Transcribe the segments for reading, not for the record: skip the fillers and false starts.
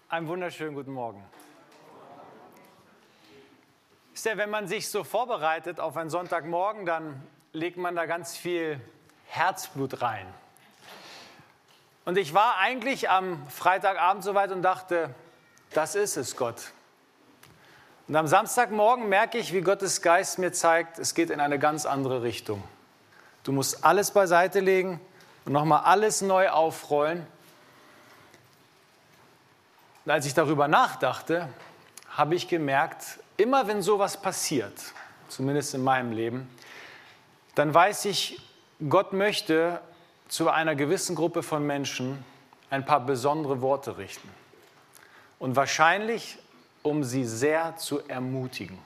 Einen wunderschönen guten Morgen. Wisst ihr, wenn man sich so vorbereitet auf einen Sonntagmorgen, dann legt man da ganz viel Herzblut rein. Und ich war eigentlich am Freitagabend soweit und dachte, das ist es, Gott. Und am Samstagmorgen merke ich, wie Gottes Geist mir zeigt, es geht in eine ganz andere Richtung. Du musst alles beiseite legen und nochmal alles neu aufrollen. Und als ich darüber nachdachte, habe ich gemerkt, immer wenn sowas passiert, zumindest in meinem Leben, dann weiß ich, Gott möchte zu einer gewissen Gruppe von Menschen ein paar besondere Worte richten. Und wahrscheinlich, um sie sehr zu ermutigen.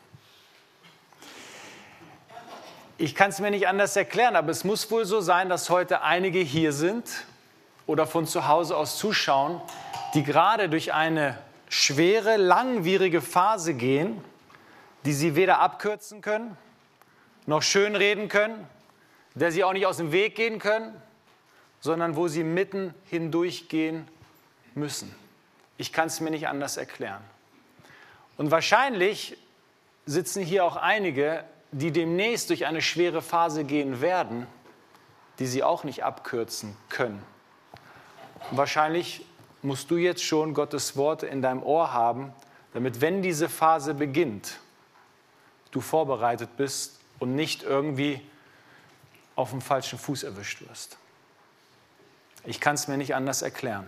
Ich kann es mir nicht anders erklären, aber es muss wohl so sein, dass heute einige hier sind oder von zu Hause aus zuschauen, die gerade durch eine schwere, langwierige Phase gehen, die sie weder abkürzen können, noch schönreden können, der sie auch nicht aus dem Weg gehen können, sondern wo sie mitten hindurchgehen müssen. Ich kann es mir nicht anders erklären. Und wahrscheinlich sitzen hier auch einige, die demnächst durch eine schwere Phase gehen werden, die sie auch nicht abkürzen können. Und wahrscheinlich musst du jetzt schon Gottes Worte in deinem Ohr haben, damit, wenn diese Phase beginnt, du vorbereitet bist und nicht irgendwie auf dem falschen Fuß erwischt wirst. Ich kann es mir nicht anders erklären.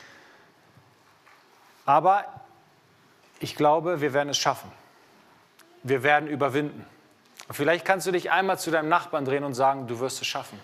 Aber ich glaube, wir werden es schaffen. Wir werden überwinden. Und vielleicht kannst du dich einmal zu deinem Nachbarn drehen und sagen, du wirst es schaffen.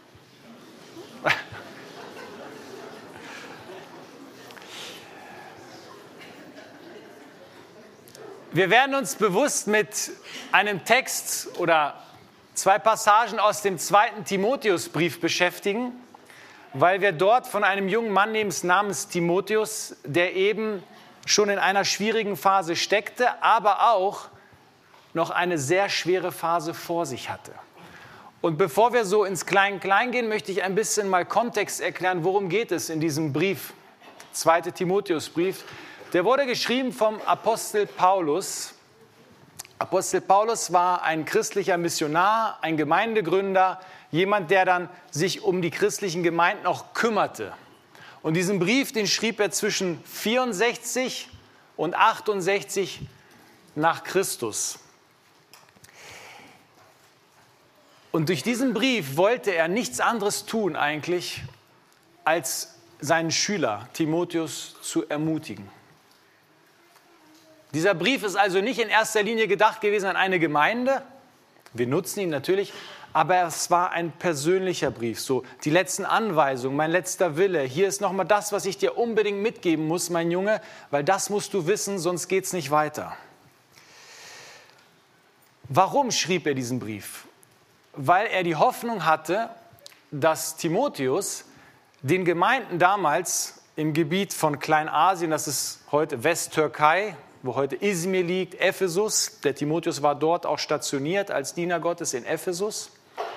Wir werden uns bewusst mit einem Text oder zwei Passagen aus dem 2. Timotheusbrief beschäftigen, weil wir dort von einem jungen Mann namens Timotheus, der eben schon in einer schwierigen Phase steckte, aber auch noch eine sehr schwere Phase vor sich hatte. Und bevor wir so ins Klein-Klein gehen, möchte ich ein bisschen mal Kontext erklären, worum geht es in diesem Brief, 2. Timotheusbrief. Der wurde geschrieben vom Apostel Paulus. Apostel Paulus war ein christlicher Missionar, ein Gemeindegründer, jemand, der dann sich um die christlichen Gemeinden auch kümmerte. Und diesen Brief, den schrieb er zwischen 64 und 68 nach Christus. Und durch diesen Brief wollte er nichts anderes tun eigentlich, als seinen Schüler Timotheus zu ermutigen. Dieser Brief ist also nicht in erster Linie gedacht gewesen an eine Gemeinde. Wir nutzen ihn natürlich, aber es war ein persönlicher Brief. So die letzten Anweisungen, mein letzter Wille. Hier ist nochmal das, was ich dir unbedingt mitgeben muss, mein Junge, weil das musst du wissen, sonst geht es nicht weiter. Warum schrieb er diesen Brief? Weil er die Hoffnung hatte, dass Timotheus den Gemeinden damals im Gebiet von Kleinasien, das ist heute Westtürkei, wo heute Izmir liegt, Ephesus. Der Timotheus war dort auch stationiert als Diener Gottes in Ephesus.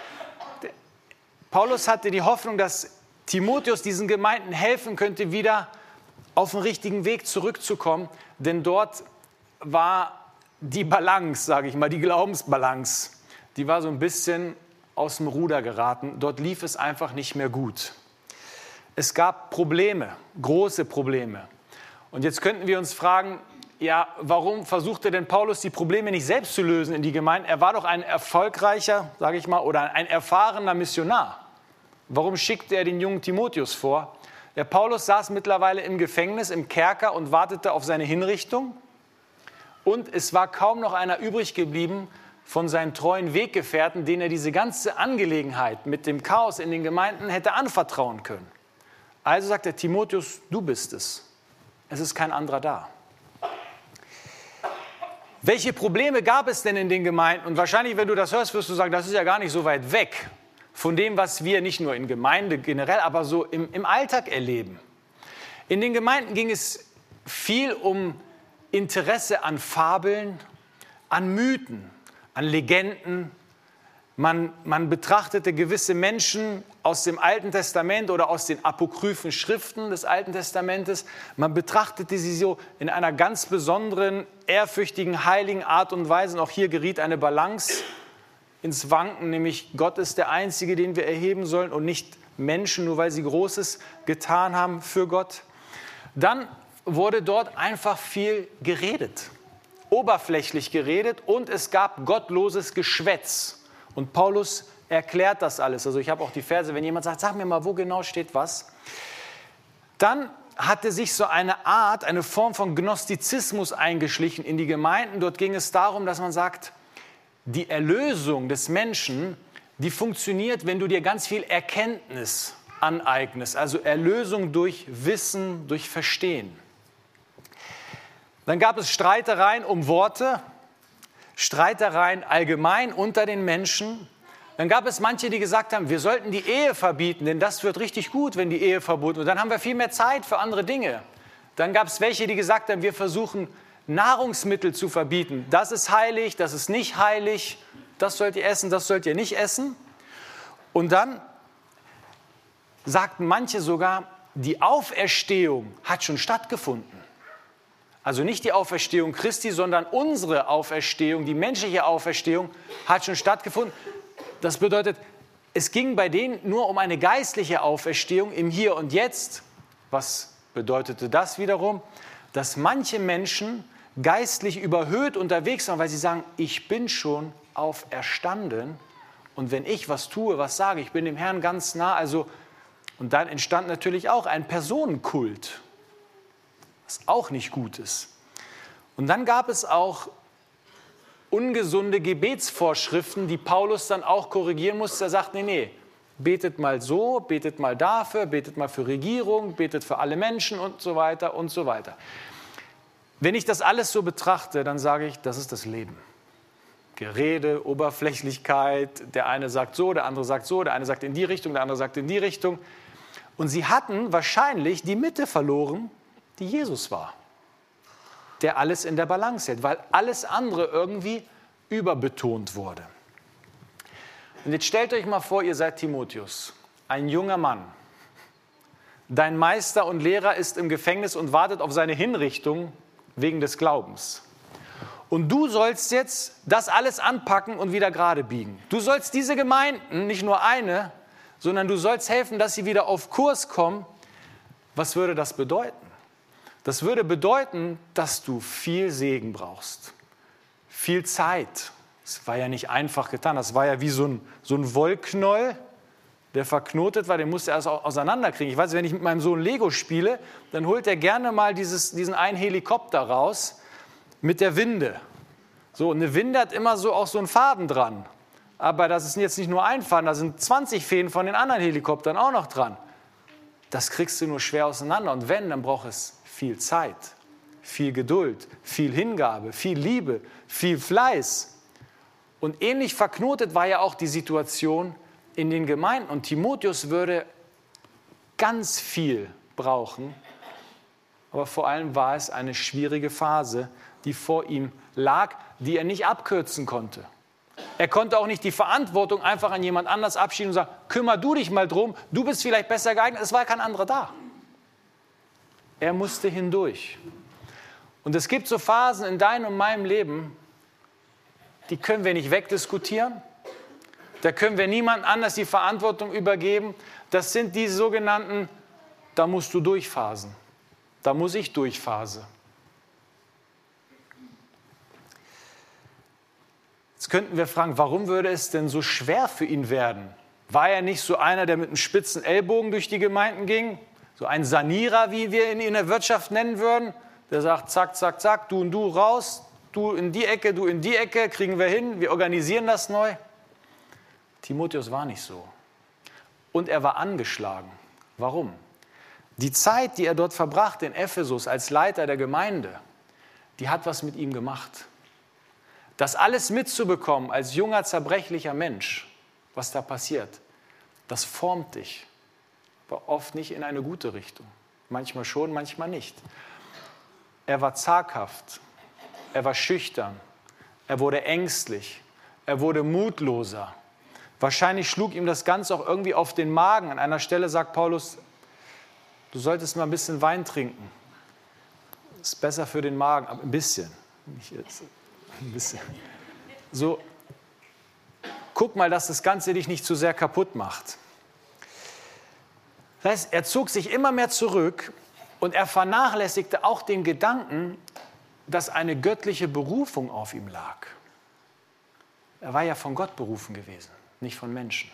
Paulus hatte die Hoffnung, dass Timotheus diesen Gemeinden helfen könnte, wieder auf den richtigen Weg zurückzukommen. Denn dort war die Balance, sage ich mal, die Glaubensbalance, die war so ein bisschen aus dem Ruder geraten. Dort lief es einfach nicht mehr gut. Es gab Probleme, große Probleme. Und jetzt könnten wir uns fragen, ja, warum versuchte denn Paulus die Probleme nicht selbst zu lösen in die Gemeinden? Er war doch ein erfolgreicher, sage ich mal, oder ein erfahrener Missionar. Warum schickte er den jungen Timotheus vor? Der Paulus saß mittlerweile im Gefängnis, im Kerker und wartete auf seine Hinrichtung. Und es war kaum noch einer übrig geblieben von seinen treuen Weggefährten, denen er diese ganze Angelegenheit mit dem Chaos in den Gemeinden hätte anvertrauen können. Also sagt er, Timotheus, du bist es. Es ist kein anderer da. Welche Probleme gab es denn in den Gemeinden? Und wahrscheinlich, wenn du das hörst, wirst du sagen, das ist ja gar nicht so weit weg von dem, was wir nicht nur in Gemeinde generell, aber so im Alltag erleben. In den Gemeinden ging es viel um Interesse an Fabeln, an Mythen, an Legenden, Man betrachtete gewisse Menschen aus dem Alten Testament oder aus den apokryphen Schriften des Alten Testamentes. Man betrachtete sie so in einer ganz besonderen, ehrfürchtigen, heiligen Art und Weise. Und auch hier geriet eine Balance ins Wanken, nämlich Gott ist der Einzige, den wir erheben sollen und nicht Menschen, nur weil sie Großes getan haben für Gott. Dann wurde dort einfach viel geredet, oberflächlich geredet, und es gab gottloses Geschwätz. Und Paulus erklärt das alles. Also ich habe auch die Verse, wenn jemand sagt, sag mir mal, wo genau steht was. Dann hatte sich so eine Art, eine Form von Gnostizismus eingeschlichen in die Gemeinden. Dort ging es darum, dass man sagt, die Erlösung des Menschen, die funktioniert, wenn du dir ganz viel Erkenntnis aneignest. Also Erlösung durch Wissen, durch Verstehen. Dann gab es Streitereien um Worte, Streitereien allgemein unter den Menschen. Dann gab es manche, die gesagt haben, wir sollten die Ehe verbieten, denn das wird richtig gut, wenn die Ehe verboten wird. Und dann haben wir viel mehr Zeit für andere Dinge. Dann gab es welche, die gesagt haben, wir versuchen Nahrungsmittel zu verbieten. Das ist heilig, das ist nicht heilig, das sollt ihr essen, das sollt ihr nicht essen. Und dann sagten manche sogar, die Auferstehung hat schon stattgefunden. Also nicht die Auferstehung Christi, sondern unsere Auferstehung, die menschliche Auferstehung hat schon stattgefunden. Das bedeutet, es ging bei denen nur um eine geistliche Auferstehung im Hier und Jetzt. Was bedeutete das wiederum? Dass manche Menschen geistlich überhöht unterwegs waren, weil sie sagen, ich bin schon auferstanden und wenn ich was tue, was sage, ich bin dem Herrn ganz nah. Und dann entstand natürlich auch ein Personenkult, was auch nicht gut ist. Und dann gab es auch ungesunde Gebetsvorschriften, die Paulus dann auch korrigieren musste. Er sagt, nee, betet mal so, betet mal dafür, betet mal für Regierung, betet für alle Menschen und so weiter und so weiter. Wenn ich das alles so betrachte, dann sage ich, das ist das Leben. Gerede, Oberflächlichkeit, der eine sagt so, der andere sagt so, der eine sagt in die Richtung, der andere sagt in die Richtung. Und sie hatten wahrscheinlich die Mitte verloren, die Jesus war, der alles in der Balance hält, weil alles andere irgendwie überbetont wurde. Und jetzt stellt euch mal vor, ihr seid Timotheus, ein junger Mann. Dein Meister und Lehrer ist im Gefängnis und wartet auf seine Hinrichtung wegen des Glaubens. Und du sollst jetzt das alles anpacken und wieder gerade biegen. Du sollst diese Gemeinden, nicht nur eine, sondern du sollst helfen, dass sie wieder auf Kurs kommen. Was würde das bedeuten? Das würde bedeuten, dass du viel Segen brauchst, viel Zeit. Das war ja nicht einfach getan, das war ja wie so ein Wollknäuel, der verknotet war, den musste er erst auseinanderkriegen. Ich weiß, wenn ich mit meinem Sohn Lego spiele, dann holt er gerne mal diesen einen Helikopter raus mit der Winde. So, eine Winde hat immer auch so einen Faden dran. Aber das ist jetzt nicht nur ein Faden, da sind 20 Fäden von den anderen Helikoptern auch noch dran. Das kriegst du nur schwer auseinander. Und wenn, dann braucht es viel Zeit, viel Geduld, viel Hingabe, viel Liebe, viel Fleiß. Und ähnlich verknotet war ja auch die Situation in den Gemeinden. Und Timotheus würde ganz viel brauchen. Aber vor allem war es eine schwierige Phase, die vor ihm lag, die er nicht abkürzen konnte. Er konnte auch nicht die Verantwortung einfach an jemand anders abschieben und sagen, kümmer du dich mal drum, du bist vielleicht besser geeignet. Es war kein anderer da. Er musste hindurch. Und es gibt so Phasen in deinem und meinem Leben, die können wir nicht wegdiskutieren. Da können wir niemand anders die Verantwortung übergeben. Das sind die sogenannten, da musst du durchphasen. Da muss ich durchphase. Jetzt könnten wir fragen, warum würde es denn so schwer für ihn werden? War er nicht so einer, der mit einem spitzen Ellbogen durch die Gemeinden ging? So ein Sanierer, wie wir ihn in der Wirtschaft nennen würden, der sagt, zack, zack, zack, du und du raus, du in die Ecke, kriegen wir hin, wir organisieren das neu. Timotheus war nicht so. Und er war angeschlagen. Warum? Die Zeit, die er dort verbrachte in Ephesus als Leiter der Gemeinde, die hat was mit ihm gemacht. Das alles mitzubekommen als junger, zerbrechlicher Mensch, was da passiert, das formt dich. Aber oft nicht in eine gute Richtung. Manchmal schon, manchmal nicht. Er war zaghaft, er war schüchtern, er wurde ängstlich, er wurde mutloser, Wahrscheinlich schlug ihm das Ganze auch irgendwie auf den Magen. An einer Stelle sagt Paulus, du solltest mal ein bisschen Wein trinken. Das ist besser für den Magen, aber ein bisschen. Nicht jetzt, ein bisschen. So, guck mal, dass das Ganze dich nicht zu sehr kaputt macht. Das heißt, er zog sich immer mehr zurück und er vernachlässigte auch den Gedanken, dass eine göttliche Berufung auf ihm lag. Er war ja von Gott berufen gewesen, nicht von Menschen.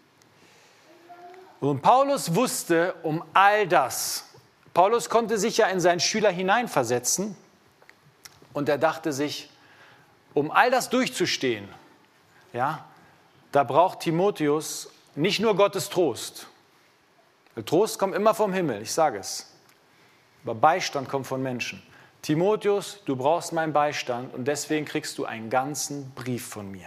Und Paulus wusste um all das. Paulus konnte sich ja in seinen Schüler hineinversetzen und er dachte sich, um all das durchzustehen, ja, da braucht Timotheus nicht nur Gottes Trost. Weil Trost kommt immer vom Himmel, ich sage es. Aber Beistand kommt von Menschen. Timotheus, du brauchst meinen Beistand und deswegen kriegst du einen ganzen Brief von mir.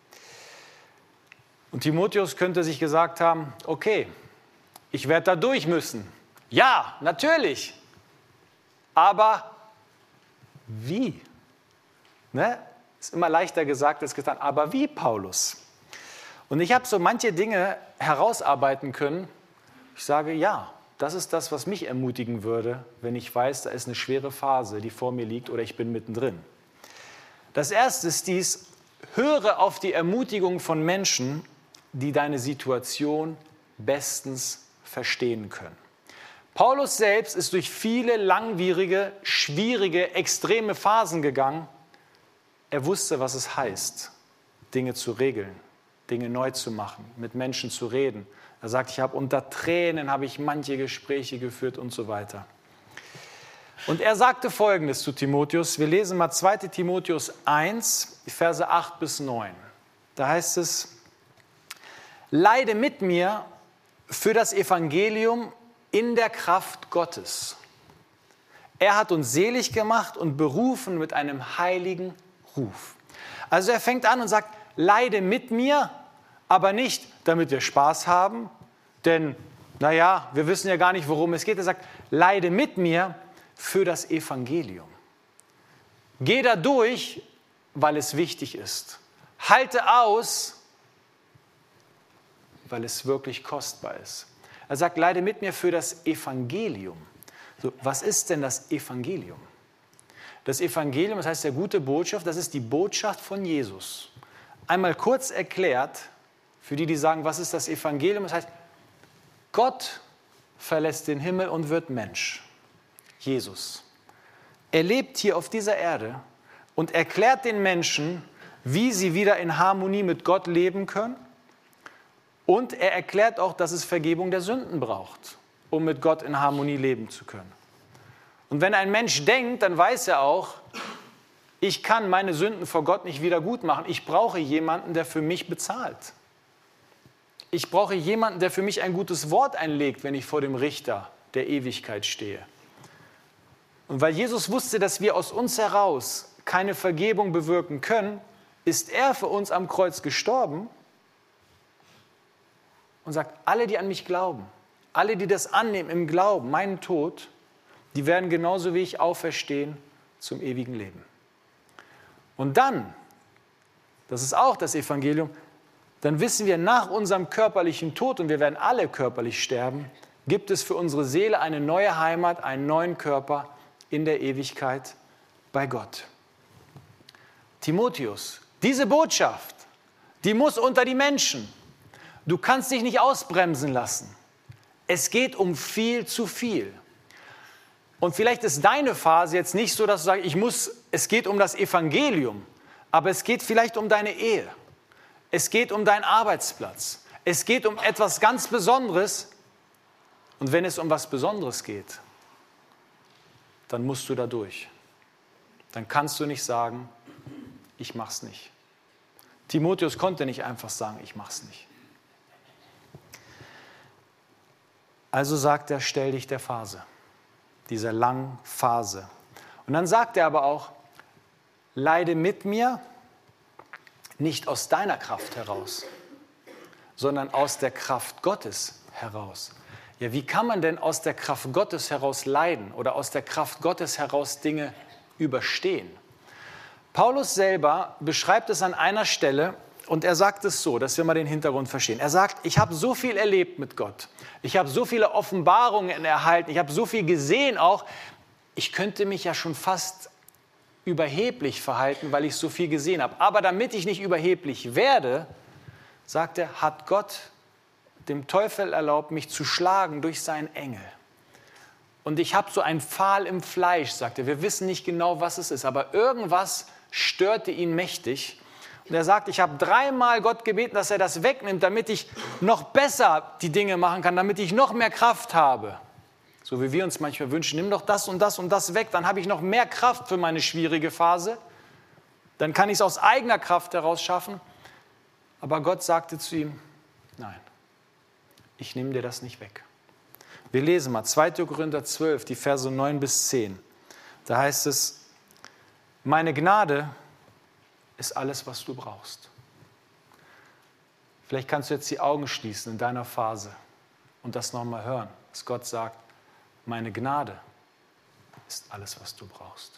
Und Timotheus könnte sich gesagt haben, okay, ich werde da durch müssen. Ja, natürlich. Aber wie? Ne? Ist immer leichter gesagt als getan. Aber wie, Paulus? Und ich habe so manche Dinge herausarbeiten können. Ich sage, ja, das ist das, was mich ermutigen würde, wenn ich weiß, da ist eine schwere Phase, die vor mir liegt oder ich bin mittendrin. Das erste ist dies, höre auf die Ermutigung von Menschen, die deine Situation bestens verstehen können. Paulus selbst ist durch viele langwierige, schwierige, extreme Phasen gegangen. Er wusste, was es heißt, Dinge zu regeln, Dinge neu zu machen, mit Menschen zu reden. Er sagt, ich habe unter Tränen manche Gespräche geführt und so weiter. Und er sagte Folgendes zu Timotheus. Wir lesen mal 2. Timotheus 1, Verse 8 bis 9. Da heißt es, leide mit mir für das Evangelium in der Kraft Gottes. Er hat uns selig gemacht und berufen mit einem heiligen Ruf. Also er fängt an und sagt, leide mit mir, aber nicht, damit wir Spaß haben, denn, wir wissen ja gar nicht, worum es geht. Er sagt, leide mit mir für das Evangelium. Geh da durch, weil es wichtig ist. Halte aus, weil es wirklich kostbar ist. Er sagt, leide mit mir für das Evangelium. So, was ist denn das Evangelium? Das Evangelium, das heißt der gute Botschaft, das ist die Botschaft von Jesus. Einmal kurz erklärt, für die sagen, was ist das Evangelium? Das heißt, Gott verlässt den Himmel und wird Mensch. Jesus. Er lebt hier auf dieser Erde und erklärt den Menschen, wie sie wieder in Harmonie mit Gott leben können. Und er erklärt auch, dass es Vergebung der Sünden braucht, um mit Gott in Harmonie leben zu können. Und wenn ein Mensch denkt, dann weiß er auch, ich kann meine Sünden vor Gott nicht wieder gut machen. Ich brauche jemanden, der für mich bezahlt. Ich brauche jemanden, der für mich ein gutes Wort einlegt, wenn ich vor dem Richter der Ewigkeit stehe. Und weil Jesus wusste, dass wir aus uns heraus keine Vergebung bewirken können, ist er für uns am Kreuz gestorben und sagt, alle, die an mich glauben, alle, die das annehmen im Glauben, meinen Tod, die werden genauso wie ich auferstehen zum ewigen Leben. Und dann, das ist auch das Evangelium, dann wissen wir, nach unserem körperlichen Tod, und wir werden alle körperlich sterben, gibt es für unsere Seele eine neue Heimat, einen neuen Körper in der Ewigkeit bei Gott. Timotheus, diese Botschaft, die muss unter die Menschen. Du kannst dich nicht ausbremsen lassen. Es geht um viel zu viel. Und vielleicht ist deine Phase jetzt nicht so, dass du sagst, es geht um das Evangelium, aber es geht vielleicht um deine Ehe. Es geht um deinen Arbeitsplatz. Es geht um etwas ganz Besonderes. Und wenn es um was Besonderes geht, dann musst du da durch. Dann kannst du nicht sagen, ich mach's nicht. Timotheus konnte nicht einfach sagen, ich mach's nicht. Also sagt er, stell dich der Phase, dieser langen Phase. Und dann sagt er aber auch, leide mit mir, nicht aus deiner Kraft heraus, sondern aus der Kraft Gottes heraus. Ja, wie kann man denn aus der Kraft Gottes heraus leiden oder aus der Kraft Gottes heraus Dinge überstehen? Paulus selber beschreibt es an einer Stelle Und er sagt es so, dass wir mal den Hintergrund verstehen. Er sagt, ich habe so viel erlebt mit Gott. Ich habe so viele Offenbarungen erhalten. Ich habe so viel gesehen auch. Ich könnte mich ja schon fast überheblich verhalten, weil ich so viel gesehen habe. Aber damit ich nicht überheblich werde, sagt er, hat Gott dem Teufel erlaubt, mich zu schlagen durch seinen Engel. Und ich habe so einen Pfahl im Fleisch, sagt er. Wir wissen nicht genau, was es ist, aber irgendwas störte ihn mächtig. Und er sagt, ich habe 3-mal Gott gebeten, dass er das wegnimmt, damit ich noch besser die Dinge machen kann, damit ich noch mehr Kraft habe. So wie wir uns manchmal wünschen, nimm doch das und das und das weg, dann habe ich noch mehr Kraft für meine schwierige Phase. Dann kann ich es aus eigener Kraft heraus schaffen. Aber Gott sagte zu ihm, nein, ich nehme dir das nicht weg. Wir lesen mal 2. Korinther 12, die Verse 9 bis 10. Da heißt es, meine Gnade ist alles, was du brauchst. Vielleicht kannst du jetzt die Augen schließen in deiner Phase und das nochmal hören, dass Gott sagt, meine Gnade ist alles, was du brauchst.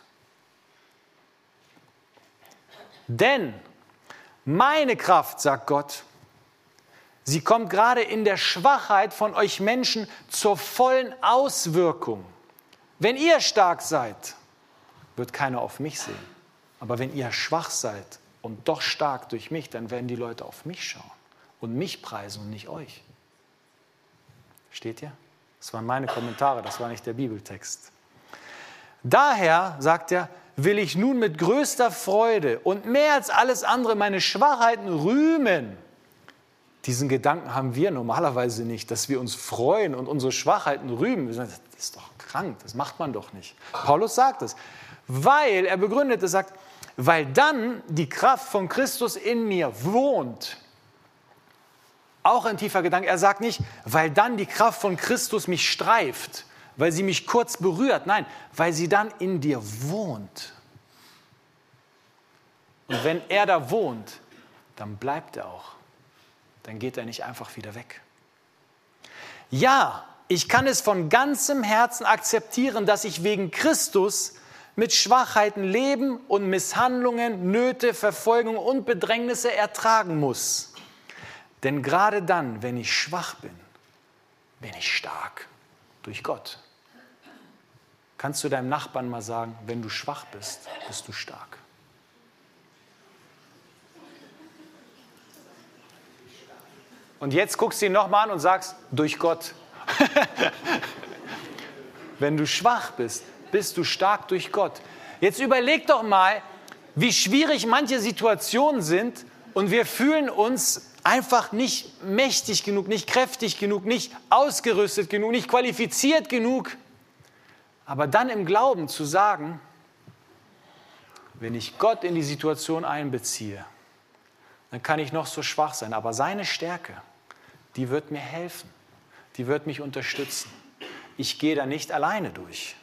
Denn meine Kraft, sagt Gott, sie kommt gerade in der Schwachheit von euch Menschen zur vollen Auswirkung. Wenn ihr stark seid, wird keiner auf mich sehen. Aber wenn ihr schwach seid und doch stark durch mich, dann werden die Leute auf mich schauen und mich preisen und nicht euch. Steht ihr? Das waren meine Kommentare, das war nicht der Bibeltext. Daher, sagt er, will ich nun mit größter Freude und mehr als alles andere meine Schwachheiten rühmen. Diesen Gedanken haben wir normalerweise nicht, dass wir uns freuen und unsere Schwachheiten rühmen. Wir sagen, das ist doch krank, das macht man doch nicht. Paulus sagt es, weil, er begründet es, sagt, weil dann die Kraft von Christus in mir wohnt. Auch ein tiefer Gedanke. Er sagt nicht, weil dann die Kraft von Christus mich streift, weil sie mich kurz berührt. Nein, weil sie dann in dir wohnt. Und wenn er da wohnt, dann bleibt er auch. Dann geht er nicht einfach wieder weg. Ja, ich kann es von ganzem Herzen akzeptieren, dass ich wegen Christus mit Schwachheiten leben und Misshandlungen, Nöte, Verfolgung und Bedrängnisse ertragen muss. Denn gerade dann, wenn ich schwach bin, bin ich stark durch Gott. Kannst du deinem Nachbarn mal sagen, wenn du schwach bist, bist du stark. Und jetzt guckst du ihn nochmal an und sagst, durch Gott. Wenn du schwach bist, bist du stark durch Gott. Jetzt überleg doch mal, wie schwierig manche Situationen sind und wir fühlen uns einfach nicht mächtig genug, nicht kräftig genug, nicht ausgerüstet genug, nicht qualifiziert genug. Aber dann im Glauben zu sagen, wenn ich Gott in die Situation einbeziehe, dann kann ich noch so schwach sein, aber seine Stärke, die wird mir helfen, die wird mich unterstützen. Ich gehe da nicht alleine durch.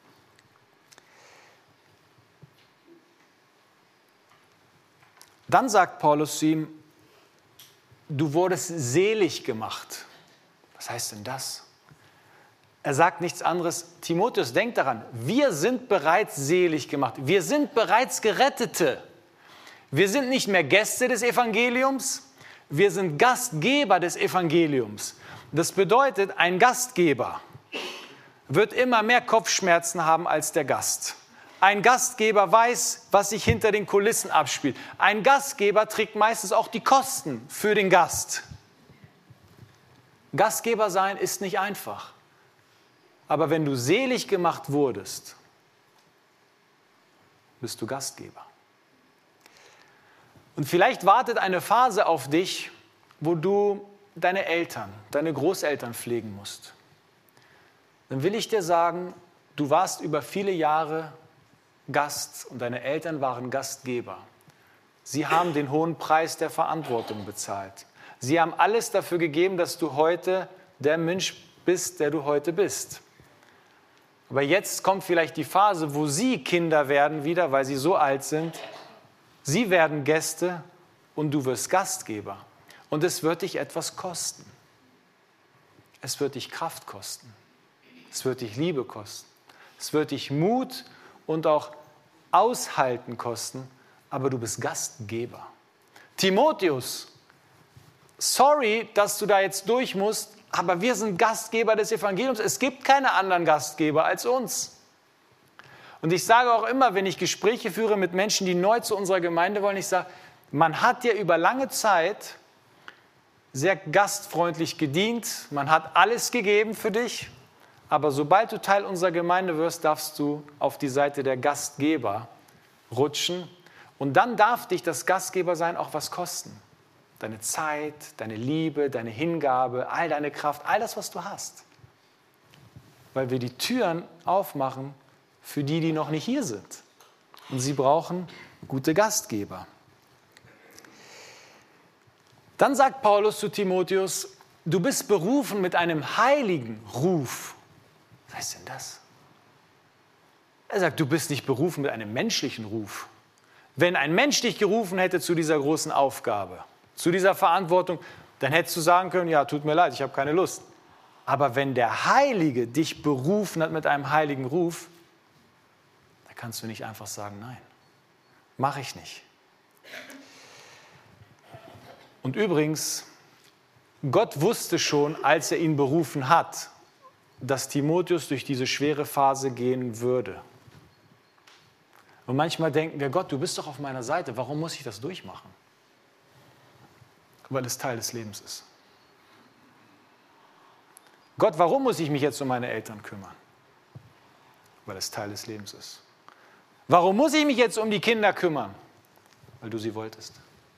Dann sagt Paulus zu ihm, du wurdest selig gemacht. Was heißt denn das? Er sagt nichts anderes. Timotheus, denk daran, wir sind bereits selig gemacht. Wir sind bereits Gerettete. Wir sind nicht mehr Gäste des Evangeliums, wir sind Gastgeber des Evangeliums. Das bedeutet, ein Gastgeber wird immer mehr Kopfschmerzen haben als der Gast. Ein Gastgeber weiß, was sich hinter den Kulissen abspielt. Ein Gastgeber trägt meistens auch die Kosten für den Gast. Gastgeber sein ist nicht einfach. Aber wenn du selig gemacht wurdest, bist du Gastgeber. Und vielleicht wartet eine Phase auf dich, wo du deine Eltern, deine Großeltern pflegen musst. Dann will ich dir sagen, du warst über viele Jahre Gast und deine Eltern waren Gastgeber. Sie haben den hohen Preis der Verantwortung bezahlt. Sie haben alles dafür gegeben, dass du heute der Mensch bist, der du heute bist. Aber jetzt kommt vielleicht die Phase, wo sie Kinder werden wieder, weil sie so alt sind. Sie werden Gäste und du wirst Gastgeber. Und es wird dich etwas kosten. Es wird dich Kraft kosten. Es wird dich Liebe kosten. Es wird dich Mut und auch Aushalten kosten, aber du bist Gastgeber. Timotheus, sorry, dass du da jetzt durch musst, aber wir sind Gastgeber des Evangeliums. Es gibt keine anderen Gastgeber als uns. Und ich sage auch immer, wenn ich Gespräche führe mit Menschen, die neu zu unserer Gemeinde wollen, ich sage, man hat dir über lange Zeit sehr gastfreundlich gedient, man hat alles gegeben für dich, aber sobald du Teil unserer Gemeinde wirst, darfst du auf die Seite der Gastgeber rutschen. Und dann darf dich das Gastgebersein auch was kosten. Deine Zeit, deine Liebe, deine Hingabe, all deine Kraft, all das, was du hast. Weil wir die Türen aufmachen für die, die noch nicht hier sind. Und sie brauchen gute Gastgeber. Dann sagt Paulus zu Timotheus, du bist berufen mit einem heiligen Ruf. Was heißt denn das? Er sagt, du bist nicht berufen mit einem menschlichen Ruf. Wenn ein Mensch dich gerufen hätte zu dieser großen Aufgabe, zu dieser Verantwortung, dann hättest du sagen können, ja, tut mir leid, ich habe keine Lust. Aber wenn der Heilige dich berufen hat mit einem heiligen Ruf, dann kannst du nicht einfach sagen, nein, mache ich nicht. Und übrigens, Gott wusste schon, als er ihn berufen hat, dass Timotheus durch diese schwere Phase gehen würde. Und manchmal denken wir, Gott, du bist doch auf meiner Seite, warum muss ich das durchmachen? Weil es Teil des Lebens ist. Gott, warum muss ich mich jetzt um meine Eltern kümmern? Weil es Teil des Lebens ist. Warum muss ich mich jetzt um die Kinder kümmern? Weil du sie wolltest.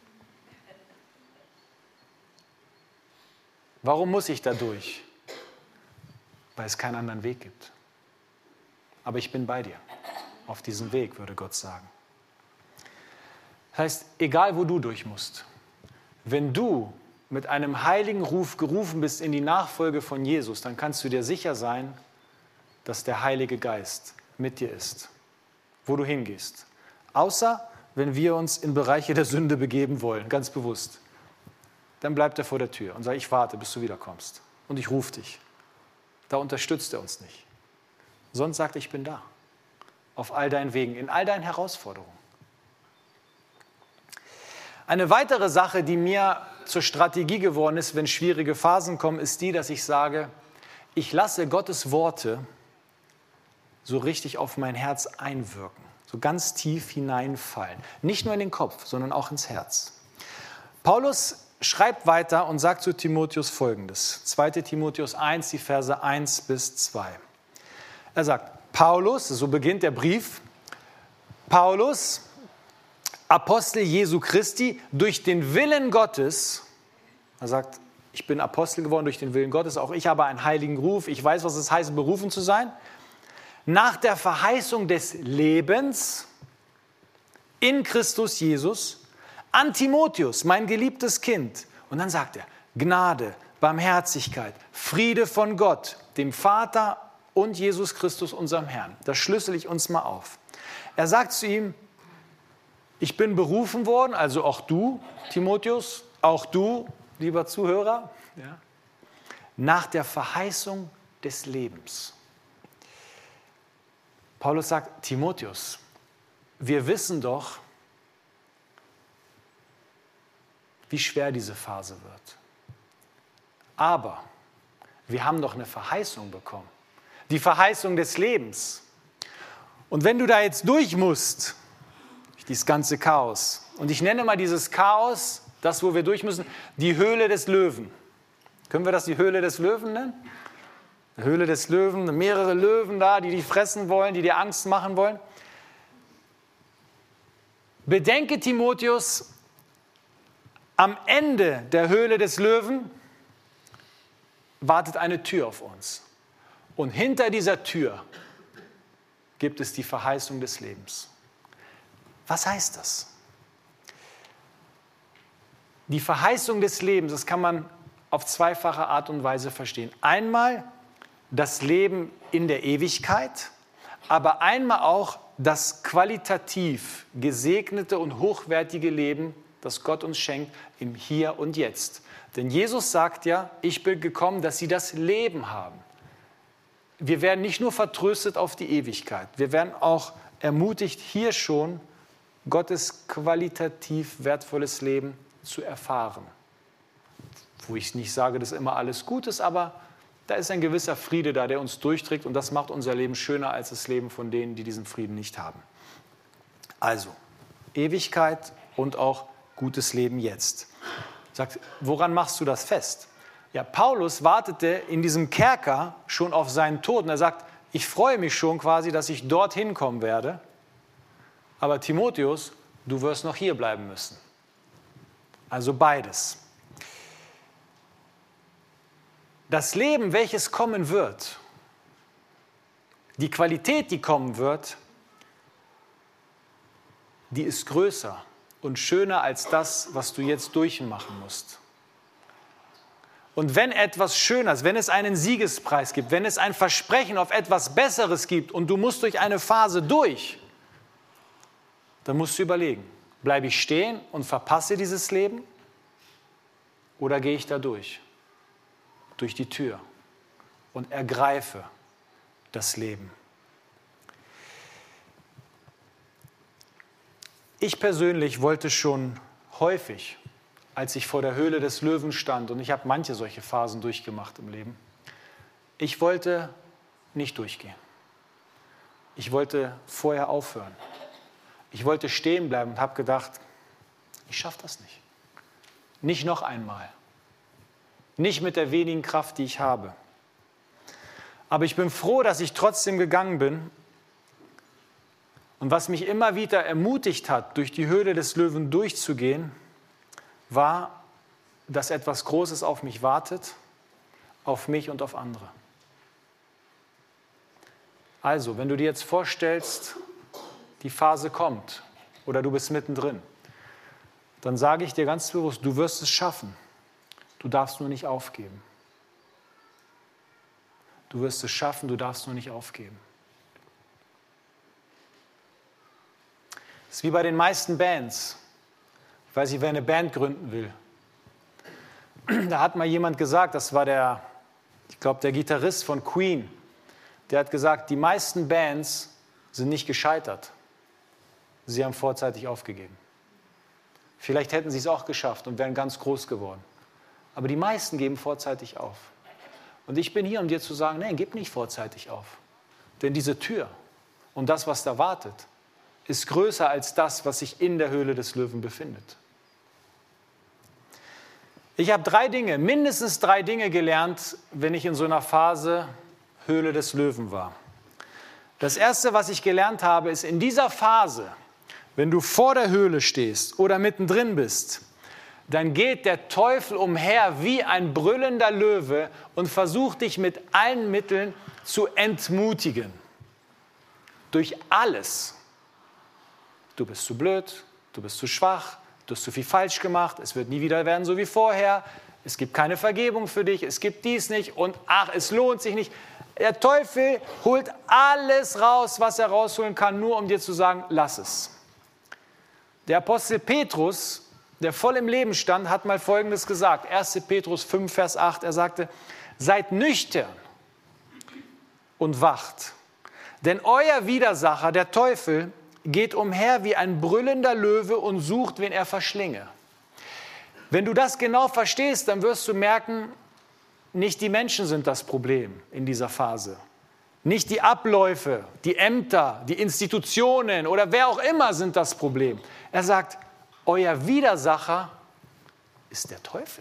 Warum muss ich da durch? Weil es keinen anderen Weg gibt. Aber ich bin bei dir. Auf diesem Weg, würde Gott sagen. Das heißt, egal wo du durch musst, wenn du mit einem heiligen Ruf gerufen bist in die Nachfolge von Jesus, dann kannst du dir sicher sein, dass der Heilige Geist mit dir ist, wo du hingehst. Außer, wenn wir uns in Bereiche der Sünde begeben wollen, ganz bewusst. Dann bleibt er vor der Tür und sagt, ich warte, bis du wiederkommst. Und ich rufe dich. Da unterstützt er uns nicht. Sonst sagt er, ich bin da. Auf all deinen Wegen, in all deinen Herausforderungen. Eine weitere Sache, die mir zur Strategie geworden ist, wenn schwierige Phasen kommen, ist die, dass ich sage, ich lasse Gottes Worte so richtig auf mein Herz einwirken, so ganz tief hineinfallen. Nicht nur in den Kopf, sondern auch ins Herz. Paulus schreibt weiter und sagt zu Timotheus Folgendes. 2. Timotheus 1, die Verse 1 bis 2. Er sagt, Paulus, so beginnt der Brief, Paulus, Apostel Jesu Christi, durch den Willen Gottes, er sagt, ich bin Apostel geworden durch den Willen Gottes, auch ich habe einen heiligen Ruf, ich weiß, was es heißt, berufen zu sein, nach der Verheißung des Lebens in Christus Jesus, an Timotheus, mein geliebtes Kind. Und dann sagt er, Gnade, Barmherzigkeit, Friede von Gott, dem Vater und Jesus Christus, unserem Herrn. Das schlüssel ich uns mal auf. Er sagt zu ihm, ich bin berufen worden, also auch du, Timotheus, auch du, lieber Zuhörer, ja, nach der Verheißung des Lebens. Paulus sagt, Timotheus, wir wissen doch, wie schwer diese Phase wird. Aber wir haben doch eine Verheißung bekommen. Die Verheißung des Lebens. Und wenn du da jetzt durch musst, durch dieses ganze Chaos, und ich nenne mal dieses Chaos, das, wo wir durch müssen, die Höhle des Löwen. Können wir das die Höhle des Löwen nennen? Die Höhle des Löwen, mehrere Löwen da, die dich fressen wollen, die dir Angst machen wollen. Bedenke, Timotheus, am Ende der Höhle des Löwen wartet eine Tür auf uns. Und hinter dieser Tür gibt es die Verheißung des Lebens. Was heißt das? Die Verheißung des Lebens, das kann man auf zweifache Art und Weise verstehen. Einmal das Leben in der Ewigkeit, aber einmal auch das qualitativ gesegnete und hochwertige Leben, das Gott uns schenkt im Hier und Jetzt. Denn Jesus sagt ja, ich bin gekommen, dass sie das Leben haben. Wir werden nicht nur vertröstet auf die Ewigkeit, wir werden auch ermutigt, hier schon Gottes qualitativ wertvolles Leben zu erfahren. Wo ich nicht sage, dass immer alles gut ist, aber da ist ein gewisser Friede da, der uns durchträgt und das macht unser Leben schöner als das Leben von denen, die diesen Frieden nicht haben. Also, Ewigkeit und auch gutes Leben jetzt. Sagt, woran machst du das fest? Ja, Paulus wartete in diesem Kerker schon auf seinen Tod und er sagt, ich freue mich schon quasi, dass ich dorthin kommen werde, aber Timotheus, du wirst noch hier bleiben müssen. Also beides. Das Leben, welches kommen wird, die Qualität, die kommen wird, die ist größer und schöner als das, was du jetzt durchmachen musst. Und wenn etwas Schönes, wenn es einen Siegespreis gibt, wenn es ein Versprechen auf etwas Besseres gibt und du musst durch eine Phase durch, dann musst du überlegen, bleibe ich stehen und verpasse dieses Leben oder gehe ich da durch die Tür und ergreife das Leben. Ich persönlich wollte schon häufig, als ich vor der Höhle des Löwen stand, und ich habe manche solche Phasen durchgemacht im Leben, ich wollte nicht durchgehen. Ich wollte vorher aufhören. Ich wollte stehen bleiben und habe gedacht, ich schaffe das nicht. Nicht noch einmal. Nicht mit der wenigen Kraft, die ich habe. Aber ich bin froh, dass ich trotzdem gegangen bin. Und was mich immer wieder ermutigt hat, durch die Höhle des Löwen durchzugehen, war, dass etwas Großes auf mich wartet, auf mich und auf andere. Also, wenn du dir jetzt vorstellst, die Phase kommt oder du bist mittendrin, dann sage ich dir ganz bewusst, du wirst es schaffen. Du darfst nur nicht aufgeben. Du wirst es schaffen, du darfst nur nicht aufgeben. Das ist wie bei den meisten Bands. Ich weiß nicht, wer eine Band gründen will. Da hat mal jemand gesagt, das war der Gitarrist von Queen, der hat gesagt, die meisten Bands sind nicht gescheitert. Sie haben vorzeitig aufgegeben. Vielleicht hätten sie es auch geschafft und wären ganz groß geworden. Aber die meisten geben vorzeitig auf. Und ich bin hier, um dir zu sagen, nein, gib nicht vorzeitig auf. Denn diese Tür und das, was da wartet, ist größer als das, was sich in der Höhle des Löwen befindet. Ich habe mindestens drei Dinge gelernt, wenn ich in so einer Phase Höhle des Löwen war. Das Erste, was ich gelernt habe, ist in dieser Phase, wenn du vor der Höhle stehst oder mittendrin bist, dann geht der Teufel umher wie ein brüllender Löwe und versucht dich mit allen Mitteln zu entmutigen. Durch alles. Du bist zu blöd, du bist zu schwach, du hast zu viel falsch gemacht, es wird nie wieder werden so wie vorher, es gibt keine Vergebung für dich, es gibt dies nicht und ach, es lohnt sich nicht. Der Teufel holt alles raus, was er rausholen kann, nur um dir zu sagen, lass es. Der Apostel Petrus, der voll im Leben stand, hat mal Folgendes gesagt. 1. Petrus 5, Vers 8, er sagte, seid nüchtern und wacht, denn euer Widersacher, der Teufel, geht umher wie ein brüllender Löwe und sucht, wen er verschlinge. Wenn du das genau verstehst, dann wirst du merken, nicht die Menschen sind das Problem in dieser Phase. Nicht die Abläufe, die Ämter, die Institutionen oder wer auch immer sind das Problem. Er sagt, euer Widersacher ist der Teufel.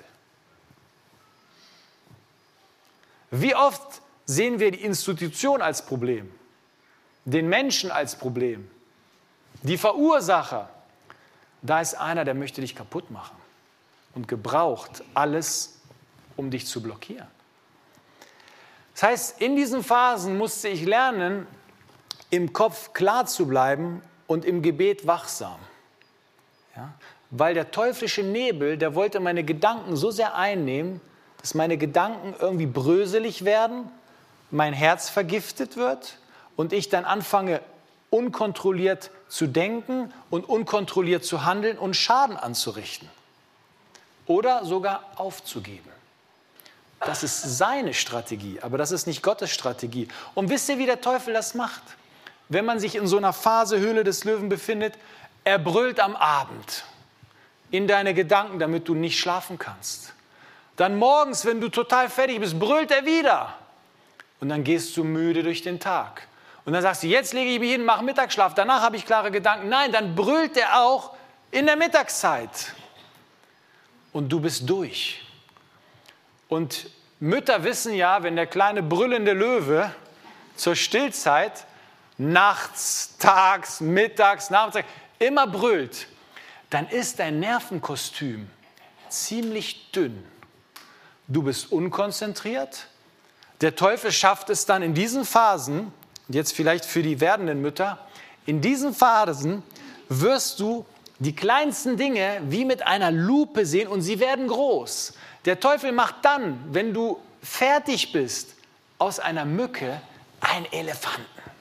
Wie oft sehen wir die Institution als Problem, den Menschen als Problem, die Verursacher? Da ist einer, der möchte dich kaputt machen und gebraucht alles, um dich zu blockieren. Das heißt, in diesen Phasen musste ich lernen, im Kopf klar zu bleiben und im Gebet wachsam. Ja? Weil der teuflische Nebel, der wollte meine Gedanken so sehr einnehmen, dass meine Gedanken irgendwie bröselig werden, mein Herz vergiftet wird und ich dann anfange, unkontrolliert zu denken und unkontrolliert zu handeln und Schaden anzurichten. Oder sogar aufzugeben. Das ist seine Strategie, aber das ist nicht Gottes Strategie. Und wisst ihr, wie der Teufel das macht? Wenn man sich in so einer Phase Höhle des Löwen befindet, er brüllt am Abend. in deine Gedanken, damit du nicht schlafen kannst. Dann morgens, wenn du total fertig bist, brüllt er wieder. Und dann gehst du müde durch den Tag. Und dann sagst du, jetzt lege ich mich hin, mache Mittagsschlaf, danach habe ich klare Gedanken. Nein, dann brüllt er auch in der Mittagszeit. Und du bist durch. Und Mütter wissen ja, wenn der kleine brüllende Löwe zur Stillzeit nachts, tags, mittags, nachmittags immer brüllt, dann ist dein Nervenkostüm ziemlich dünn. Du bist unkonzentriert. Der Teufel schafft es dann in diesen Phasen, jetzt vielleicht für die werdenden Mütter, in diesen Phasen wirst du die kleinsten Dinge wie mit einer Lupe sehen und sie werden groß. Der Teufel macht dann, wenn du fertig bist, aus einer Mücke einen Elefanten.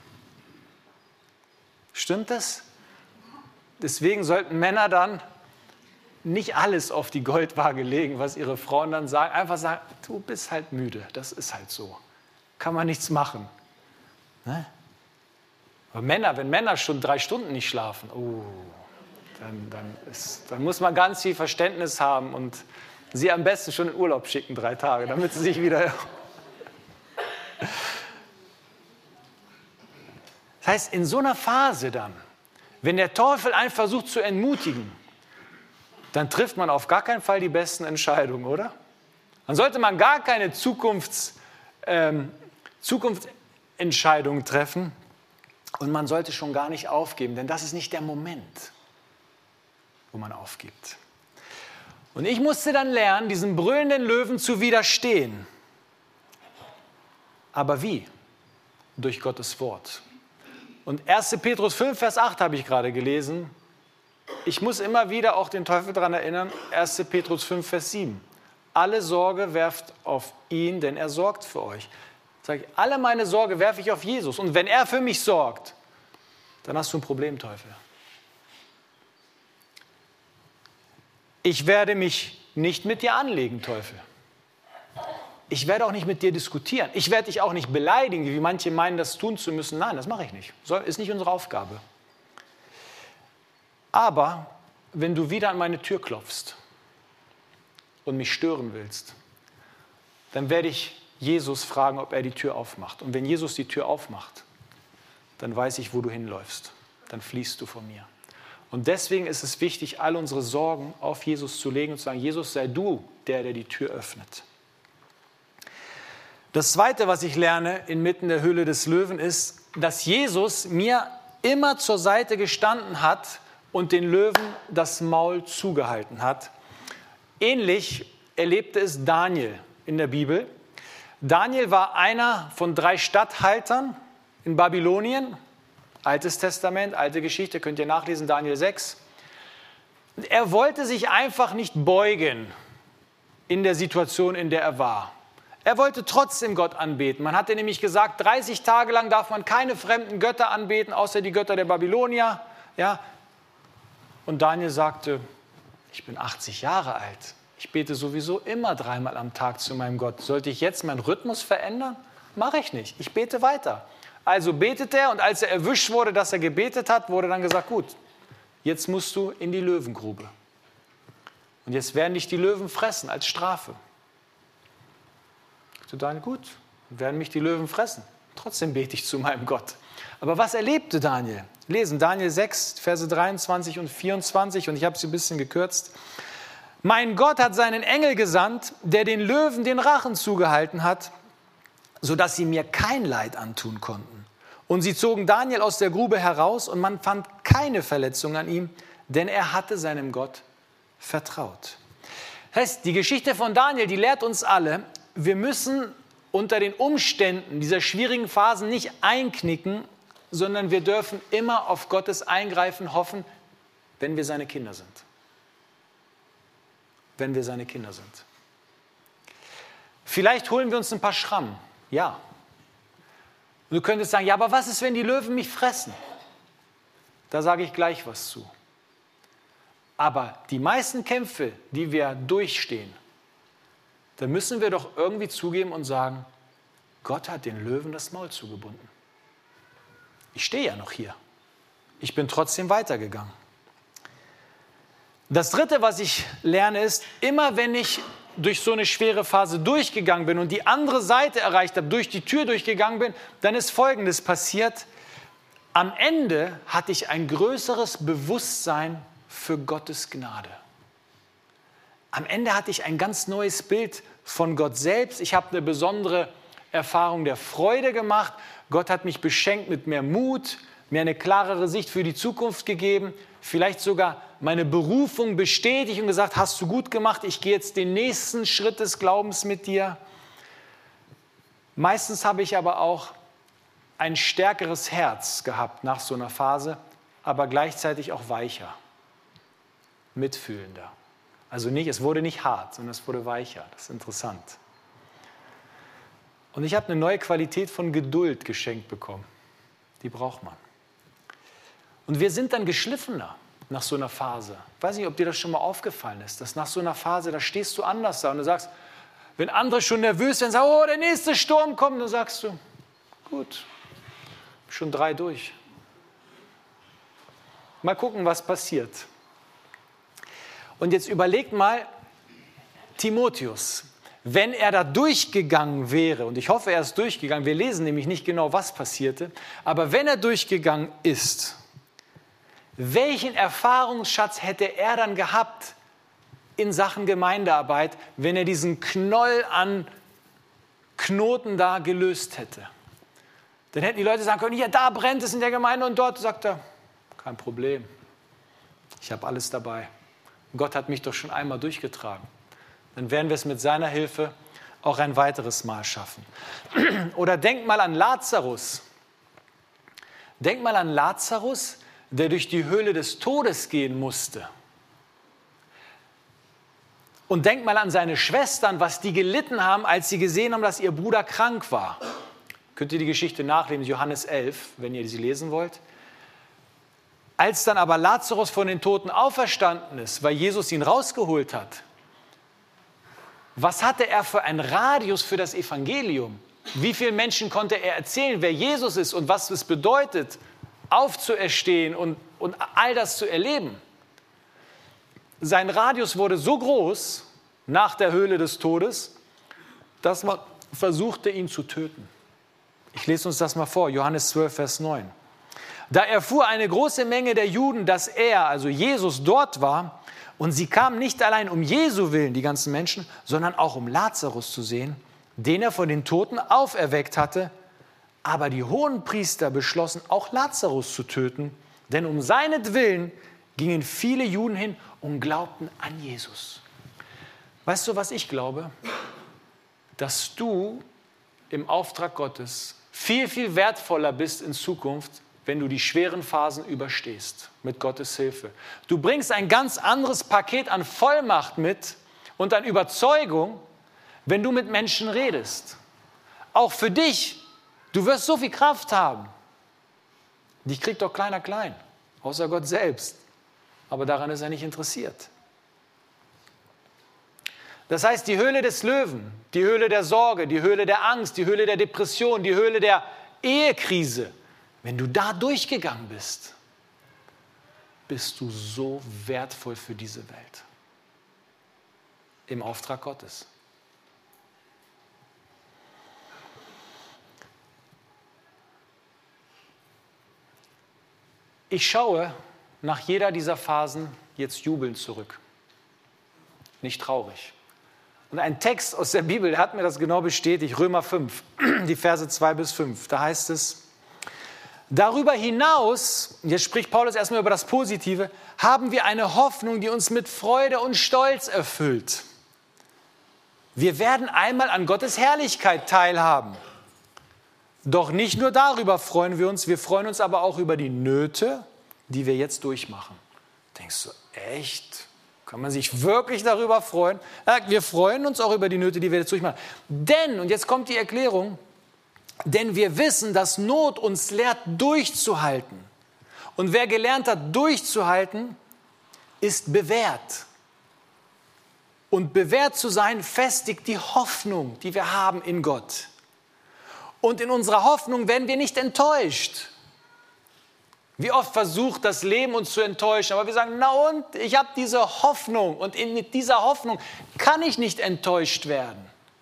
Stimmt das? Deswegen sollten Männer dann nicht alles auf die Goldwaage legen, was ihre Frauen dann sagen. Einfach sagen, du bist halt müde, das ist halt so. Kann man nichts machen. Ne? Aber Männer, wenn Männer schon 3 Stunden nicht schlafen, dann muss man ganz viel Verständnis haben und sie am besten schon in Urlaub schicken, 3 Tage, damit sie sich wieder... Das heißt, in so einer Phase dann, wenn der Teufel einen versucht zu entmutigen, dann trifft man auf gar keinen Fall die besten Entscheidungen, oder? Dann sollte man gar keine Zukunftsentscheidungen treffen und man sollte schon gar nicht aufgeben, denn das ist nicht der Moment, wo man aufgibt. Und ich musste dann lernen, diesem brüllenden Löwen zu widerstehen. Aber wie? Durch Gottes Wort. Und 1. Petrus 5, Vers 8 habe ich gerade gelesen. Ich muss immer wieder auch den Teufel daran erinnern, 1. Petrus 5, Vers 7. Alle Sorge werft auf ihn, denn er sorgt für euch. Sag ich, alle meine Sorge werfe ich auf Jesus. Und wenn er für mich sorgt, dann hast du ein Problem, Teufel. Ich werde mich nicht mit dir anlegen, Teufel. Ich werde auch nicht mit dir diskutieren. Ich werde dich auch nicht beleidigen, wie manche meinen, das tun zu müssen. Nein, das mache ich nicht. Ist nicht unsere Aufgabe. Aber wenn du wieder an meine Tür klopfst und mich stören willst, dann werde ich Jesus fragen, ob er die Tür aufmacht. Und wenn Jesus die Tür aufmacht, dann weiß ich, wo du hinläufst. Dann fliehst du von mir. Und deswegen ist es wichtig, all unsere Sorgen auf Jesus zu legen und zu sagen, Jesus, sei du der die Tür öffnet. Das Zweite, was ich lerne inmitten der Höhle des Löwen, ist, dass Jesus mir immer zur Seite gestanden hat und den Löwen das Maul zugehalten hat. Ähnlich erlebte es Daniel in der Bibel. Daniel war einer von 3 Statthaltern in Babylonien. Altes Testament, alte Geschichte, könnt ihr nachlesen, Daniel 6. Er wollte sich einfach nicht beugen in der Situation, in der er war. Er wollte trotzdem Gott anbeten. Man hatte nämlich gesagt, 30 Tage lang darf man keine fremden Götter anbeten, außer die Götter der Babylonier. Ja. Und Daniel sagte, ich bin 80 Jahre alt. Ich bete sowieso immer 3-mal am Tag zu meinem Gott. Sollte ich jetzt meinen Rhythmus verändern? Mache ich nicht. Ich bete weiter. Also betet er und als er erwischt wurde, dass er gebetet hat, wurde dann gesagt, gut, jetzt musst du in die Löwengrube. Und jetzt werden dich die Löwen fressen als Strafe. Daniel, gut, werden mich die Löwen fressen. Trotzdem bete ich zu meinem Gott. Aber was erlebte Daniel? Lesen Daniel 6, Verse 23 und 24 und ich habe sie ein bisschen gekürzt. Mein Gott hat seinen Engel gesandt, der den Löwen den Rachen zugehalten hat, sodass sie mir kein Leid antun konnten. Und sie zogen Daniel aus der Grube heraus und man fand keine Verletzung an ihm, denn er hatte seinem Gott vertraut. Das heißt, die Geschichte von Daniel, die lehrt uns alle, wir müssen unter den Umständen dieser schwierigen Phasen nicht einknicken, sondern wir dürfen immer auf Gottes Eingreifen hoffen, wenn wir seine Kinder sind. Wenn wir seine Kinder sind. Vielleicht holen wir uns ein paar Schrammen. Ja. Du könntest sagen, ja, aber was ist, wenn die Löwen mich fressen? Da sage ich gleich was zu. Aber die meisten Kämpfe, die wir durchstehen, da müssen wir doch irgendwie zugeben und sagen, Gott hat den Löwen das Maul zugebunden. Ich stehe ja noch hier. Ich bin trotzdem weitergegangen. Das Dritte, was ich lerne, ist, immer wenn ich durch so eine schwere Phase durchgegangen bin und die andere Seite erreicht habe, durch die Tür durchgegangen bin, dann ist Folgendes passiert. Am Ende hatte ich ein größeres Bewusstsein für Gottes Gnade. Am Ende hatte ich ein ganz neues Bild von Gott selbst. Ich habe eine besondere Erfahrung der Freude gemacht. Gott hat mich beschenkt mit mehr Mut, mir eine klarere Sicht für die Zukunft gegeben, vielleicht sogar meine Berufung bestätigt und gesagt, hast du gut gemacht, ich gehe jetzt den nächsten Schritt des Glaubens mit dir. Meistens habe ich aber auch ein stärkeres Herz gehabt nach so einer Phase, aber gleichzeitig auch weicher, mitfühlender. Also nicht, es wurde nicht hart, sondern es wurde weicher. Das ist interessant. Und ich habe eine neue Qualität von Geduld geschenkt bekommen. Die braucht man. Und wir sind dann geschliffener nach so einer Phase. Ich weiß nicht, ob dir das schon mal aufgefallen ist, dass nach so einer Phase, da stehst du anders da und du sagst, wenn andere schon nervös werden, sagen, oh, der nächste Sturm kommt, dann sagst du, gut, schon 3 durch. Mal gucken, was passiert. Und jetzt überlegt mal, Timotheus, wenn er da durchgegangen wäre, und ich hoffe, er ist durchgegangen, wir lesen nämlich nicht genau, was passierte, aber wenn er durchgegangen ist, welchen Erfahrungsschatz hätte er dann gehabt in Sachen Gemeindearbeit, wenn er diesen Knoll an Knoten da gelöst hätte? Dann hätten die Leute sagen können, ja, da brennt es in der Gemeinde und dort sagt er, kein Problem, ich habe alles dabei. Gott hat mich doch schon einmal durchgetragen. Dann werden wir es mit seiner Hilfe auch ein weiteres Mal schaffen. Oder denk mal an Lazarus. Denk mal an Lazarus, der durch die Höhle des Todes gehen musste. Und denk mal an seine Schwestern, was die gelitten haben, als sie gesehen haben, dass ihr Bruder krank war. Könnt ihr die Geschichte nachlesen, Johannes 11, wenn ihr sie lesen wollt. Als dann aber Lazarus von den Toten auferstanden ist, weil Jesus ihn rausgeholt hat, was hatte er für einen Radius für das Evangelium? Wie vielen Menschen konnte er erzählen, wer Jesus ist und was es bedeutet, aufzuerstehen und all das zu erleben? Sein Radius wurde so groß nach der Höhle des Todes, dass man versuchte, ihn zu töten. Ich lese uns das mal vor, Johannes 12, Vers 9. Da erfuhr eine große Menge der Juden, dass er, also Jesus, dort war. Und sie kamen nicht allein um Jesu willen, die ganzen Menschen, sondern auch um Lazarus zu sehen, den er von den Toten auferweckt hatte. Aber die Hohenpriester beschlossen, auch Lazarus zu töten, denn um seinetwillen gingen viele Juden hin und glaubten an Jesus. Weißt du, was ich glaube? Dass du im Auftrag Gottes viel, viel wertvoller bist in Zukunft, wenn du die schweren Phasen überstehst, mit Gottes Hilfe. Du bringst ein ganz anderes Paket an Vollmacht mit und an Überzeugung, wenn du mit Menschen redest. Auch für dich, du wirst so viel Kraft haben. Dich kriegt doch keiner klein, außer Gott selbst. Aber daran ist er nicht interessiert. Das heißt, die Höhle des Löwen, die Höhle der Sorge, die Höhle der Angst, die Höhle der Depression, die Höhle der Ehekrise, wenn du da durchgegangen bist, bist du so wertvoll für diese Welt. Im Auftrag Gottes. Ich schaue nach jeder dieser Phasen jetzt jubelnd zurück. Nicht traurig. Und ein Text aus der Bibel, der hat mir das genau bestätigt, Römer 5, die Verse 2 bis 5. Da heißt es, darüber hinaus, jetzt spricht Paulus erstmal über das Positive, haben wir eine Hoffnung, die uns mit Freude und Stolz erfüllt. Wir werden einmal an Gottes Herrlichkeit teilhaben. Doch nicht nur darüber freuen wir freuen uns aber auch über die Nöte, die wir jetzt durchmachen. Denkst du, echt? Kann man sich wirklich darüber freuen? Ja, wir freuen uns auch über die Nöte, die wir jetzt durchmachen. Denn, und jetzt kommt die Erklärung, denn wir wissen, dass Not uns lehrt, durchzuhalten. Und wer gelernt hat, durchzuhalten, ist bewährt. Und bewährt zu sein, festigt die Hoffnung, die wir haben in Gott. Und in unserer Hoffnung werden wir nicht enttäuscht. Wie oft versucht das Leben uns zu enttäuschen, aber wir sagen, na und, ich habe diese Hoffnung und mit dieser Hoffnung kann ich nicht enttäuscht werden.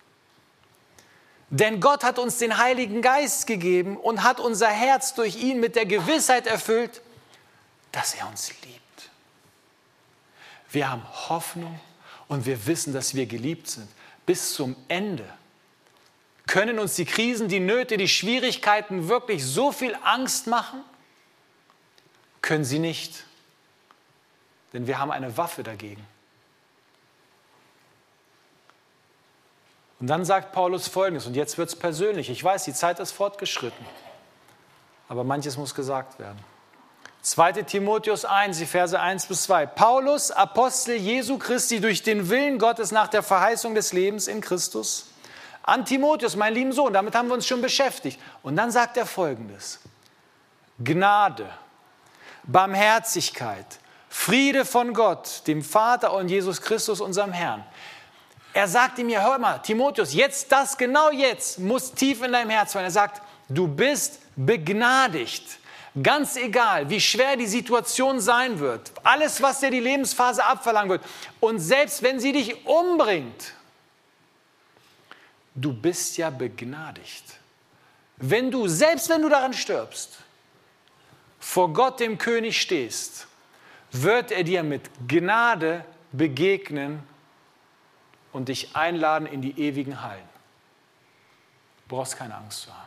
Denn Gott hat uns den Heiligen Geist gegeben und hat unser Herz durch ihn mit der Gewissheit erfüllt, dass er uns liebt. Wir haben Hoffnung und wir wissen, dass wir geliebt sind. Bis zum Ende können uns die Krisen, die Nöte, die Schwierigkeiten wirklich so viel Angst machen? Können sie nicht. Denn wir haben eine Waffe dagegen. Und dann sagt Paulus Folgendes, und jetzt wird es persönlich. Ich weiß, die Zeit ist fortgeschritten, aber manches muss gesagt werden. 2. Timotheus 1, die Verse 1-2. Paulus, Apostel Jesu Christi, durch den Willen Gottes nach der Verheißung des Lebens in Christus. An Timotheus, mein lieben Sohn, damit haben wir uns schon beschäftigt. Und dann sagt er Folgendes. Gnade, Barmherzigkeit, Friede von Gott, dem Vater und Jesus Christus, unserem Herrn. Er sagt ihm ja, hör mal, Timotheus, jetzt das, genau jetzt, muss tief in deinem Herz fallen. Er sagt, du bist begnadigt. Ganz egal, wie schwer die Situation sein wird, alles, was dir die Lebensphase abverlangen wird, und selbst wenn sie dich umbringt, du bist ja begnadigt. Selbst wenn du daran stirbst, vor Gott, dem König, stehst, wird er dir mit Gnade begegnen und dich einladen in die ewigen Hallen. Du brauchst keine Angst zu haben.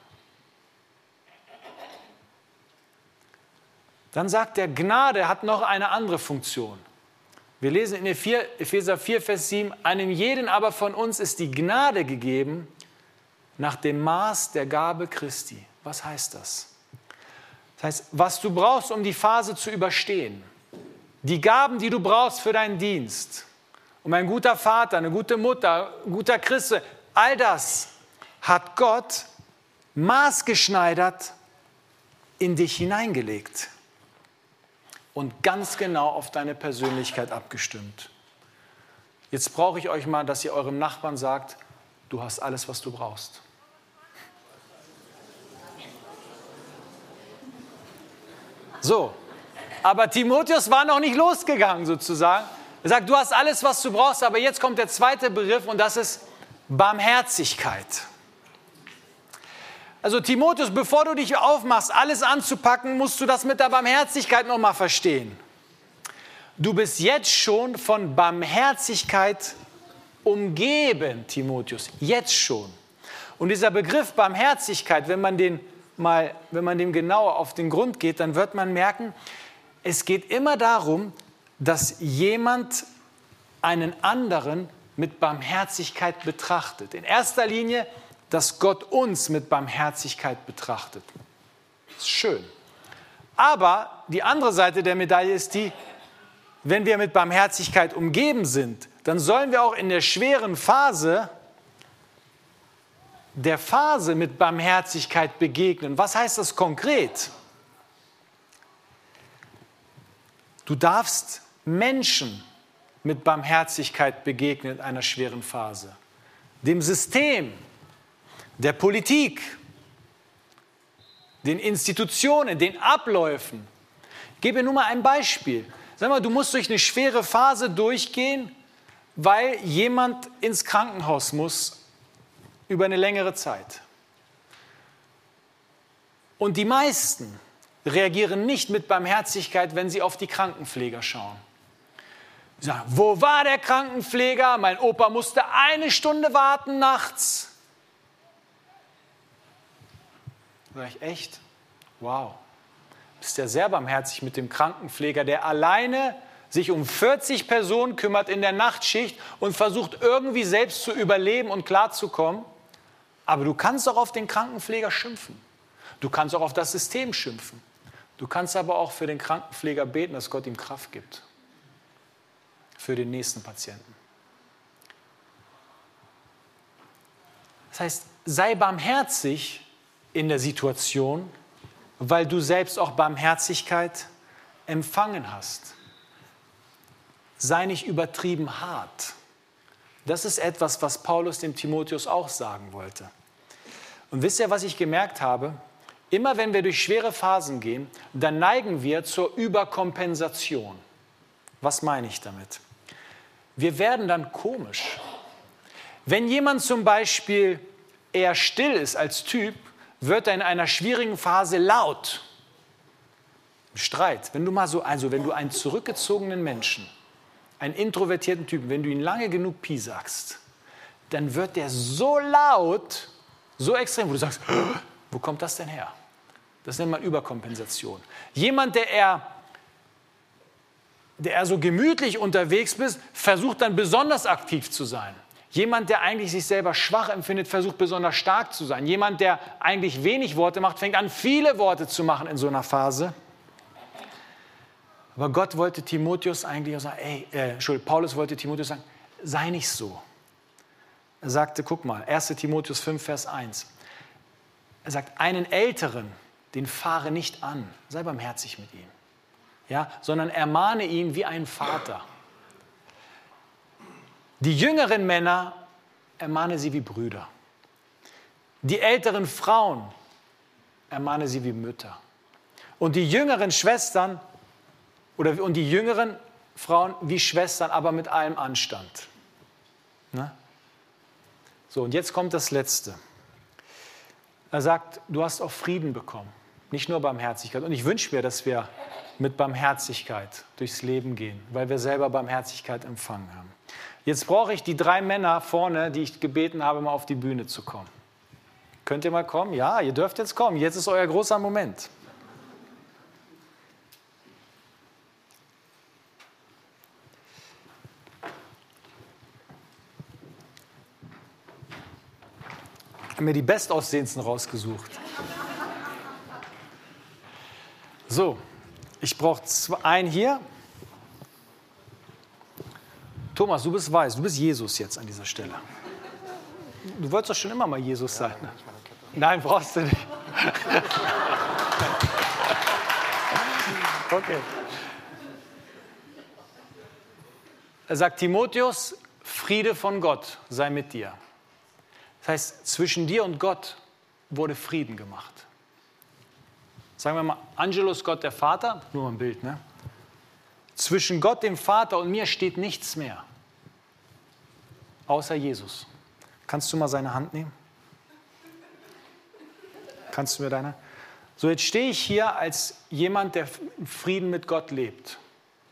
Dann sagt er, Gnade hat noch eine andere Funktion. Wir lesen in Epheser 4, Vers 7, einem jeden aber von uns ist die Gnade gegeben nach dem Maß der Gabe Christi. Was heißt das? Das heißt, was du brauchst, um die Phase zu überstehen, die Gaben, die du brauchst für deinen Dienst, um ein guter Vater, eine gute Mutter, ein guter Christ, all das hat Gott maßgeschneidert in dich hineingelegt und ganz genau auf deine Persönlichkeit abgestimmt. Jetzt brauche ich euch mal, dass ihr eurem Nachbarn sagt, du hast alles, was du brauchst. So, aber Timotheus war noch nicht losgegangen sozusagen. Er sagt, du hast alles, was du brauchst, aber jetzt kommt der zweite Begriff und das ist Barmherzigkeit. Also Timotheus, bevor du dich aufmachst, alles anzupacken, musst du das mit der Barmherzigkeit nochmal verstehen. Du bist jetzt schon von Barmherzigkeit umgeben, Timotheus, jetzt schon. Und dieser Begriff Barmherzigkeit, wenn man dem genauer auf den Grund geht, dann wird man merken, es geht immer darum, dass jemand einen anderen mit Barmherzigkeit betrachtet. In erster Linie, dass Gott uns mit Barmherzigkeit betrachtet. Das ist schön. Aber die andere Seite der Medaille ist die, wenn wir mit Barmherzigkeit umgeben sind, dann sollen wir auch in der schweren Phase mit Barmherzigkeit begegnen. Was heißt das konkret? Du darfst Menschen mit Barmherzigkeit begegnen in einer schweren Phase. Dem System, der Politik, den Institutionen, den Abläufen. Ich gebe nur mal ein Beispiel. Sag mal, du musst durch eine schwere Phase durchgehen, weil jemand ins Krankenhaus muss über eine längere Zeit. Und die meisten reagieren nicht mit Barmherzigkeit, wenn sie auf die Krankenpfleger schauen. Sie sagen, wo war der Krankenpfleger? Mein Opa musste 1 Stunde warten nachts. Da sage ich, echt? Wow. Bist ja sehr barmherzig mit dem Krankenpfleger, der alleine sich um 40 Personen kümmert in der Nachtschicht und versucht irgendwie selbst zu überleben und klarzukommen. Aber du kannst auch auf den Krankenpfleger schimpfen. Du kannst auch auf das System schimpfen. Du kannst aber auch für den Krankenpfleger beten, dass Gott ihm Kraft gibt. Für den nächsten Patienten. Das heißt, sei barmherzig in der Situation, weil du selbst auch Barmherzigkeit empfangen hast. Sei nicht übertrieben hart. Das ist etwas, was Paulus dem Timotheus auch sagen wollte. Und wisst ihr, was ich gemerkt habe? Immer wenn wir durch schwere Phasen gehen, dann neigen wir zur Überkompensation. Was meine ich damit? Wir werden dann komisch. Wenn jemand zum Beispiel eher still ist als Typ, wird er in einer schwierigen Phase laut. Streit. Wenn du einen zurückgezogenen Menschen, einen introvertierten Typen, wenn du ihn lange genug piesagst, dann wird der so laut, so extrem, wo du sagst, wo kommt das denn her? Das nennt man Überkompensation. Jemand, der eher so gemütlich unterwegs ist, versucht dann besonders aktiv zu sein. Jemand, der eigentlich sich selber schwach empfindet, versucht besonders stark zu sein. Jemand, der eigentlich wenig Worte macht, fängt an, viele Worte zu machen in so einer Phase. Aber Gott wollte Timotheus eigentlich auch sagen, Paulus wollte Timotheus sagen, sei nicht so. Er sagte, guck mal, 1. Timotheus 5, Vers 1. Er sagt, einen Älteren, den fahre nicht an, sei barmherzig mit ihm, ja, sondern ermahne ihn wie ein Vater. Die jüngeren Männer ermahne sie wie Brüder. Die älteren Frauen ermahne sie wie Mütter. Und die jüngeren Schwestern und die jüngeren Frauen wie Schwestern, aber mit allem Anstand. Ne? So, und jetzt kommt das Letzte. Er sagt, du hast auch Frieden bekommen, nicht nur Barmherzigkeit. Und ich wünsche mir, dass wir mit Barmherzigkeit durchs Leben gehen, weil wir selber Barmherzigkeit empfangen haben. Jetzt brauche ich die 3 Männer vorne, die ich gebeten habe, mal auf die Bühne zu kommen. Könnt ihr mal kommen? Ja, ihr dürft jetzt kommen. Jetzt ist euer großer Moment. Ich habe mir die Bestaussehendsten rausgesucht. So, ich brauche einen hier. Thomas, du bist weiß, du bist Jesus jetzt an dieser Stelle. Du wolltest doch schon immer mal Jesus sein. Ne? Nein, brauchst du nicht. Okay. Er sagt, Timotheus, Friede von Gott sei mit dir. Das heißt, zwischen dir und Gott wurde Frieden gemacht. Sagen wir mal, Angelus, Gott der Vater, nur mal ein Bild, ne? Zwischen Gott, dem Vater und mir steht nichts mehr, außer Jesus. Kannst du mal seine Hand nehmen? Kannst du mir deine? So, jetzt stehe ich hier als jemand, der Frieden mit Gott lebt.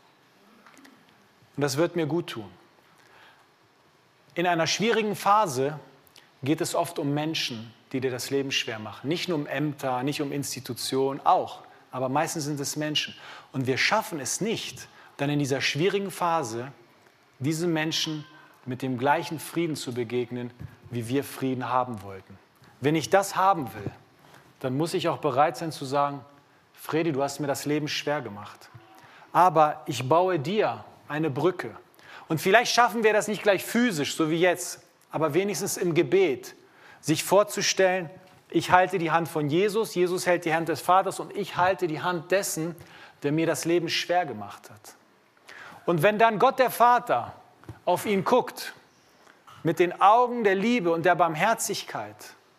Und das wird mir gut tun. In einer schwierigen Phase geht es oft um Menschen, die dir das Leben schwer machen. Nicht nur um Ämter, nicht um Institutionen, auch. Aber meistens sind es Menschen. Und wir schaffen es nicht, dann in dieser schwierigen Phase diesen Menschen mit dem gleichen Frieden zu begegnen, wie wir Frieden haben wollten. Wenn ich das haben will, dann muss ich auch bereit sein zu sagen, Fredi, du hast mir das Leben schwer gemacht. Aber ich baue dir eine Brücke. Und vielleicht schaffen wir das nicht gleich physisch, so wie jetzt, aber wenigstens im Gebet, sich vorzustellen, ich halte die Hand von Jesus, Jesus hält die Hand des Vaters und ich halte die Hand dessen, der mir das Leben schwer gemacht hat. Und wenn dann Gott der Vater auf ihn guckt, mit den Augen der Liebe und der Barmherzigkeit,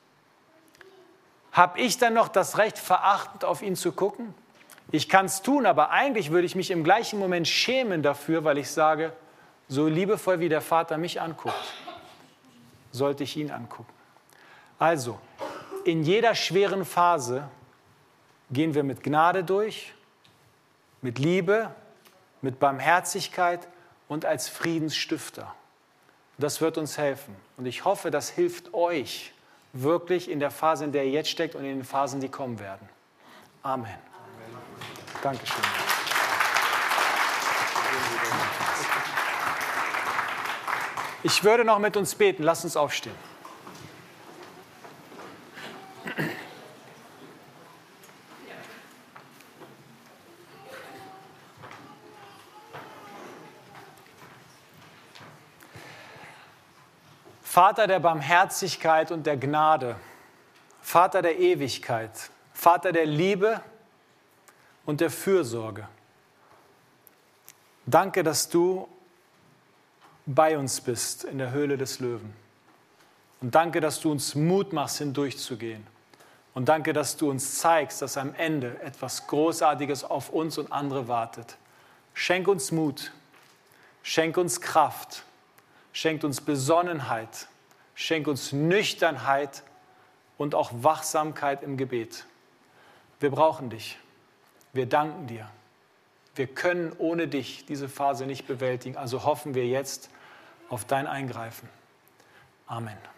habe ich dann noch das Recht, verachtend auf ihn zu gucken? Ich kann es tun, aber eigentlich würde ich mich im gleichen Moment schämen dafür, weil ich sage, so liebevoll wie der Vater mich anguckt, sollte ich ihn angucken. Also, in jeder schweren Phase gehen wir mit Gnade durch, mit Liebe, mit Barmherzigkeit und als Friedensstifter. Das wird uns helfen. Und ich hoffe, das hilft euch wirklich in der Phase, in der ihr jetzt steckt und in den Phasen, die kommen werden. Amen. Amen. Dankeschön. Ich würde noch mit uns beten. Lasst uns aufstehen. Vater der Barmherzigkeit und der Gnade, Vater der Ewigkeit, Vater der Liebe und der Fürsorge. Danke, dass du bei uns bist in der Höhle des Löwen. Und danke, dass du uns Mut machst, hindurchzugehen. Und danke, dass du uns zeigst, dass am Ende etwas Großartiges auf uns und andere wartet. Schenk uns Mut, schenk uns Kraft, schenk uns Besonnenheit, schenk uns Nüchternheit und auch Wachsamkeit im Gebet. Wir brauchen dich. Wir danken dir. Wir können ohne dich diese Phase nicht bewältigen. Also hoffen wir jetzt auf dein Eingreifen. Amen.